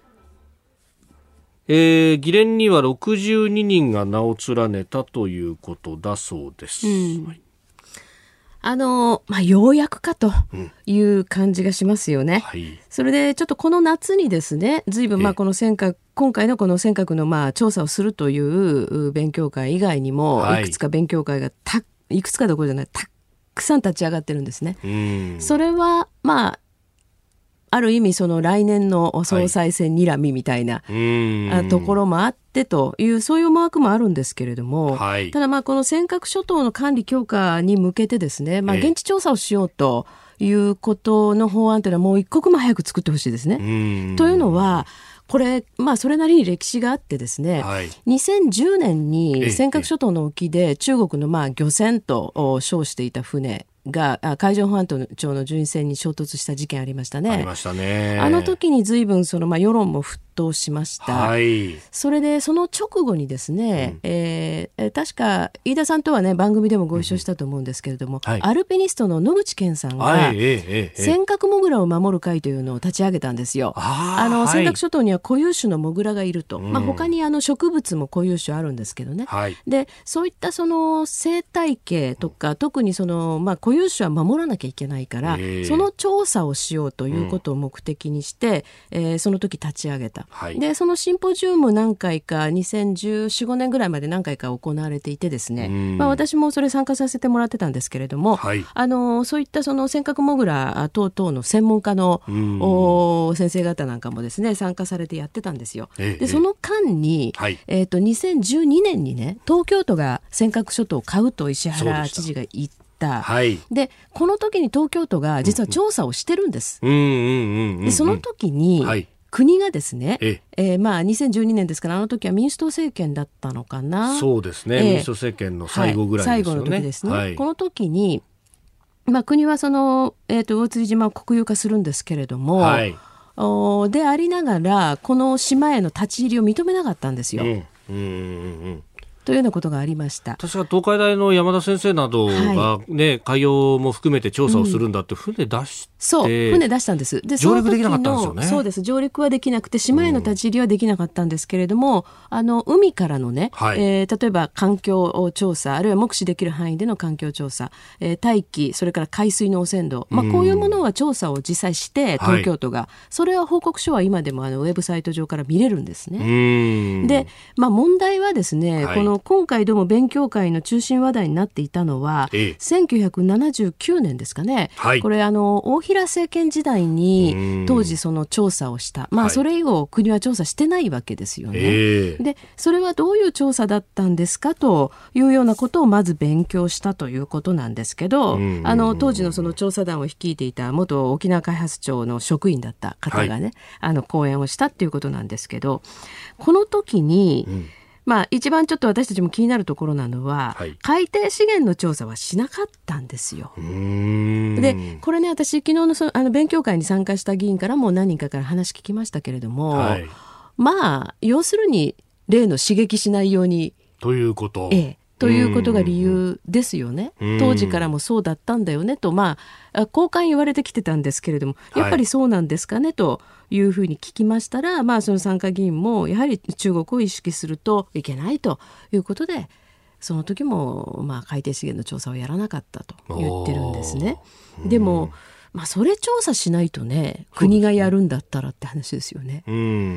えー、議連にはろくじゅうににんが名を連ねたということだそうです。うんはい、 あのまあ、ようやくかという感じがしますよね。うんはい、それでちょっとこの夏にですね、ずいぶんまあこの尖閣今回のこの尖閣のまあ調査をするという勉強会以外にも、はい、いくつか勉強会がたいくつかどころじゃないたくさん立ち上がってるんですね。うんそれはまあある意味その来年の総裁選睨みみたいな、はい、ところもあってというそういう思惑もあるんですけれども、はい、ただまあこの尖閣諸島の管理強化に向けてですね、まあ、現地調査をしようということの法案というのはもう一刻も早く作ってほしいですね。というのはこれ、まあ、それなりに歴史があってですね、はい、にせんじゅうねんに尖閣諸島の沖で中国のまあ漁船と称していた船が海上保安庁の巡視船に衝突した事件ありましたね。 ありましたね。 あの時に随分そのまあ世論も沸騰しました。はい、それでその直後にですね、うんえー、確か飯田さんとはね番組でもご一緒したと思うんですけれども、うんはい、アルピニストの野口健さんが、はいえー、尖閣モグラを守る会というのを立ち上げたんですよ。ああの尖閣諸島には固有種のモグラがいると、うんまあ、他にあの植物も固有種あるんですけどね、はい、でそういったその生態系とか特にその、まあ、固有種は守らなきゃいけないから、えー、その調査をしようということを目的にして、うんえー、その時立ち上げた、はい、でそのシンポジウム何回かにせんじゅうよん、ごねんぐらいまで何回か行われていてですね、うんまあ、私もそれ参加させてもらってたんですけれども、はい、あのそういったその尖閣モグラ等々の専門家の、うん、お先生方なんかもですね参加されてやってたんですよ。えー、でその間に、はいえー、とにせんじゅうにねんにね東京都が尖閣諸島を買うと石原知事が言ってはい、でこの時に東京都が実は調査をしてるんです。でその時に、はい、国がですね、ええーまあ、にせんじゅうにねんですからあの時は民主党政権だったのかな。 そうですね、えー、民主党政権の最後ぐらいですよね、はい、最後の時ですね、はい、この時に、まあ、国はその、えー、と魚釣島を国有化するんですけれども、はい、おでありながらこの島への立ち入りを認めなかったんですよ。うんうんうんうんというようなことがありました。 確か東海大の山田先生などが、ねはい、海洋も含めて調査をするんだって船出して、うん、 そう船出したんです。で上陸できなかったんですよね。 そうです上陸はできなくて島への立ち入りはできなかったんですけれども、うん、あの海からのね、はいえー、例えば環境調査あるいは目視できる範囲での環境調査、えー、大気それから海水の汚染度、まあ、こういうものは調査を実際して東京都が、はい、それは報告書は今でもあのウェブサイト上から見れるんですね。うんで、まあ、問題はですね、はい、この今回どうも勉強会の中心話題になっていたのは、ええ、せんきゅうひゃくななじゅうきゅうねんですかね、はい、これあの大平政権時代に当時その調査をした、まあ、それ以後国は調査してないわけですよね、ええ、でそれはどういう調査だったんですかというようなことをまず勉強したということなんですけど、あの当時のその調査団を率いていた元沖縄開発庁の職員だった方がね、はい、あの講演をしたっていうことなんですけど、この時に、うんまあ、一番ちょっと私たちも気になるところなのは、はい、海底資源の調査はしなかったんですよ。うーんでこれね私昨日 の, そのあの勉強会に参加した議員からも何人かから話聞きましたけれども、はい、まあ要するに例の刺激しないようにということ、 ええということが理由ですよね。当時からもそうだったんだよねと、まあ、交換言われてきてたんですけれどもやっぱりそうなんですかねというふうに聞きましたら、はいまあ、その参加議員もやはり中国を意識するといけないということでその時も、まあ、海底資源の調査をやらなかったと言ってるんですね。でもまあ、それ調査しないとね国がやるんだったらって話ですよね。 うん、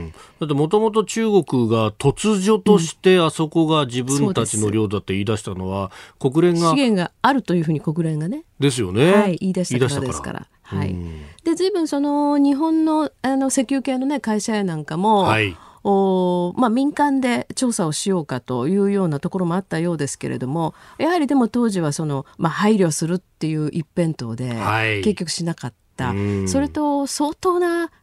だってもともと中国が突如としてあそこが自分たちの領だって言い出したのは、うん、国連が資源があるというふうに国連がねですよね、 はい、言い出したからですから。はい、で随分その日本 の, あの石油系の、ね、会社やなんかも、はいおまあ、民間で調査をしようかというようなところもあったようですけれどもやはりでも当時はその、まあ、配慮するっていう一辺倒で、はい、結局しなかった。それと相当な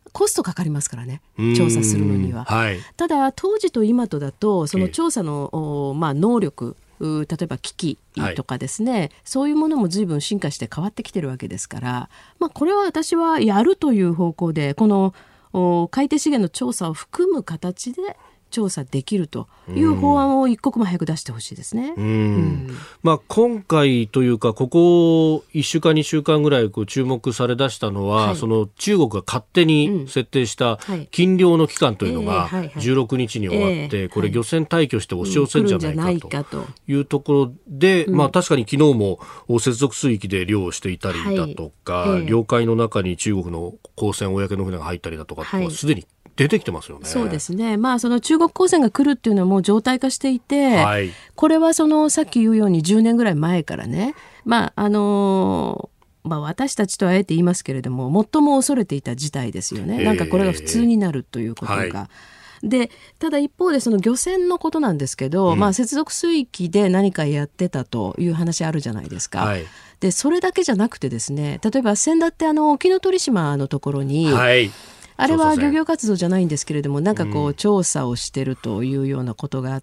コストかかりますからね、調査するのには、 はい、 ただ当時と今とだとその調査の、まあ、能力、例えば機器とかですね、はい、そういうものも随分進化して変わってきてるわけですから、まあ、これは私はやるという方向でこの海底資源の調査を含む形で調査できるという法案を一刻も早く出してほしいですね。 うんうんまあ、今回というかここいっしゅうかんにしゅうかんぐらいこう注目されだしたのは、はい、その中国が勝手に設定した禁漁の期間というのがじゅうろくにちに終わって、これ漁船退去して押し寄せるんじゃないかというところで、まあ、確かに昨日も接続水域で漁をしていたりだとか、領海の中に中国の公船公の船が入ったりだとかすでに出てきてますよね。 そうですね、まあ、その中国公船が来るっていうのはもう常態化していて、はい、これはそのさっき言うようにじゅうねんぐらい前からね、まああのーまあ、私たちとはあえて言いますけれども最も恐れていた事態ですよね。なんかこれが普通になるということが、はいでただ一方でその漁船のことなんですけど、うんまあ、接続水域で何かやってたという話あるじゃないですか、はい、でそれだけじゃなくてですね、例えば先だってあの沖ノ鳥島のところに、はいあれは漁業活動じゃないんですけれどもなんかこう調査をしてるというようなことがあって、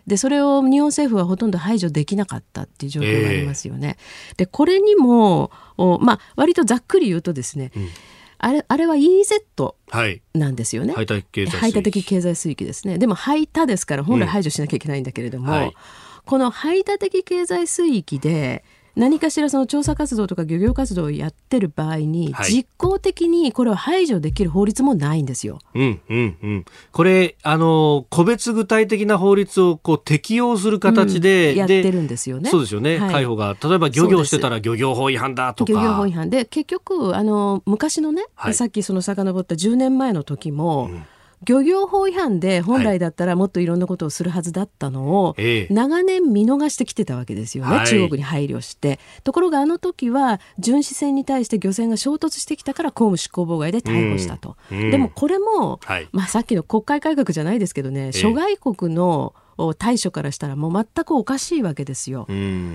でそれを日本政府はほとんど排除できなかったっていう状況がありますよね、えー、でこれにもまあ割とざっくり言うとですね、うん、あれ、あれは イーゼット なんですよね、はい、排他的経済水域排他的経済水域ですね。でも排他ですから本来排除しなきゃいけないんだけれども、うんはい、この排他的経済水域で何かしらその調査活動とか漁業活動をやってる場合に、はい、実効的にこれを排除できる法律もないんですよ。 うんうんうん、これあの個別具体的な法律をこう適用する形で、 うん、やってるんですよね。 そうですよね、はい、海保が例えば漁業してたら漁業法違反だとか、 漁業法違反で結局あの昔のね、はい、さっきその遡ったじゅうねんまえの時も、うん漁業法違反で本来だったらもっといろんなことをするはずだったのを長年見逃してきてたわけですよね、はい、中国に配慮して。ところがあの時は巡視船に対して漁船が衝突してきたから公務執行妨害で逮捕したと、うん、でもこれも、はいまあ、さっきの国会改革じゃないですけどね、諸外国の対処からしたらもう全くおかしいわけですよ、うん、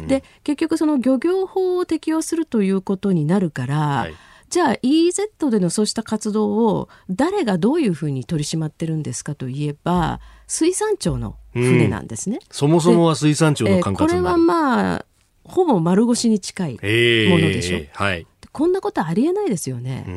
で結局その漁業法を適用するということになるから、はいじゃあ イーゼット でのそうした活動を誰がどういうふうに取り締まってるんですかといえば水産庁の船なんですね、 うん、そもそもは水産庁の管轄になる、 えー、これはまあほぼ丸腰に近いものでしょ、えーはい、こんなことありえないですよね、うん、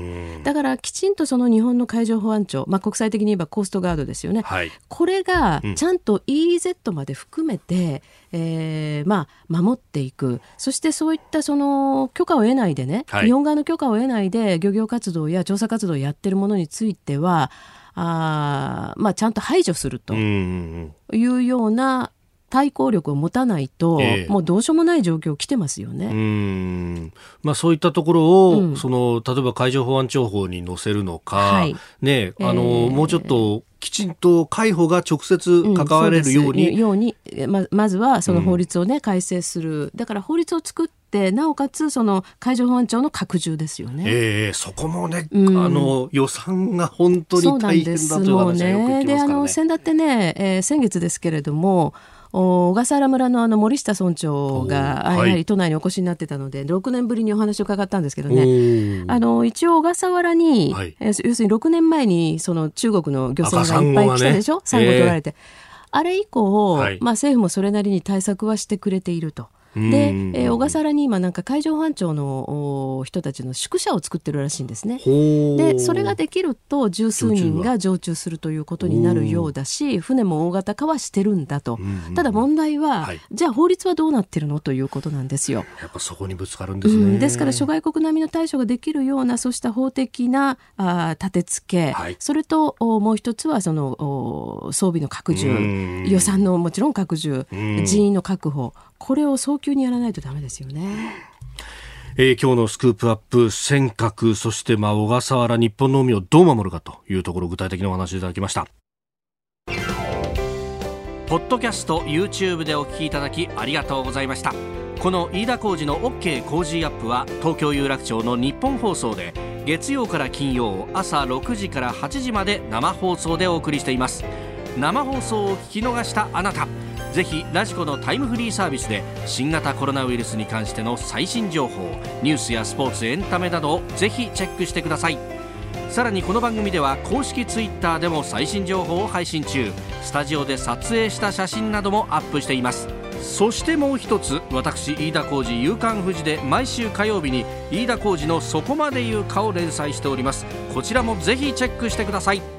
だからきちんとその日本の海上保安庁、まあ、国際的に言えばコーストガードですよね、はい、これがちゃんと イーゼット まで含めて、うんえーまあ、守っていく。そしてそういったその許可を得ないでね、はい、日本側の許可を得ないで漁業活動や調査活動をやっているものについてはあ、まあ、ちゃんと排除するというような対抗力を持たないと、えー、もうどうしようもない状況来てますよね。 うーん、まあ、そういったところを、うん、その例えば海上保安庁法に載せるのか、はいねあのえー、もうちょっときちんと海保が直接関われるように、 うん、ように ま, まずはその法律を、ね、改正する。だから法律を作ってなおかつその海上保安庁の拡充ですよね、 えー、そこもね、うん、あの予算が本当に大変だという話はよく聞きますからね。 であの先だってね、えー、先月ですけれども小笠原村 の, あの森下村長が、はい、やはり都内にお越しになってたのでろくねんぶりにお話を伺ったんですけどね、あの一応小笠原に、はい、要するにろくねんまえにその中国の漁船がいっぱい来たでしょ、サンゴ取られて、あれ以降、はいまあ、政府もそれなりに対策はしてくれていると。で、えー、小笠原に今なんか海上保安庁の人たちの宿舎を作ってるらしいんですね。でそれができると十数人が常駐するということになるようだし、船も大型化はしてるんだと。ただ問題は、はい、じゃあ法律はどうなってるのということなんですよ。 やっぱそこにぶつかるんですね、 うん、ですから諸外国並みの対処ができるようなそうした法的なあ立て付け、はい、それともう一つはその装備の拡充、予算のもちろん拡充、人員の確保、これを早急にやらないとダメですよね。 えー、今日のスクープアップ、尖閣、そしてまあ小笠原、日本の海をどう守るかというところを具体的なお話いただきました。ポッドキャスト YouTube でお聞きいただきありがとうございました。この飯田浩司の OK 工事アップは東京有楽町の日本放送で月曜から金曜朝ろくじからはちじまで生放送でお送りしています。生放送を聞き逃したあなた、ぜひラジコのタイムフリーサービスで新型コロナウイルスに関しての最新情報、ニュースやスポーツ、エンタメなどをぜひチェックしてください。 さらにこの番組では公式ツイッターでも最新情報を配信中。スタジオで撮影した写真などもアップしています。そしてもう一つ、私飯田浩司夕刊フジで毎週火曜日に飯田浩司のそこまで言うかを連載しております。こちらもぜひチェックしてください。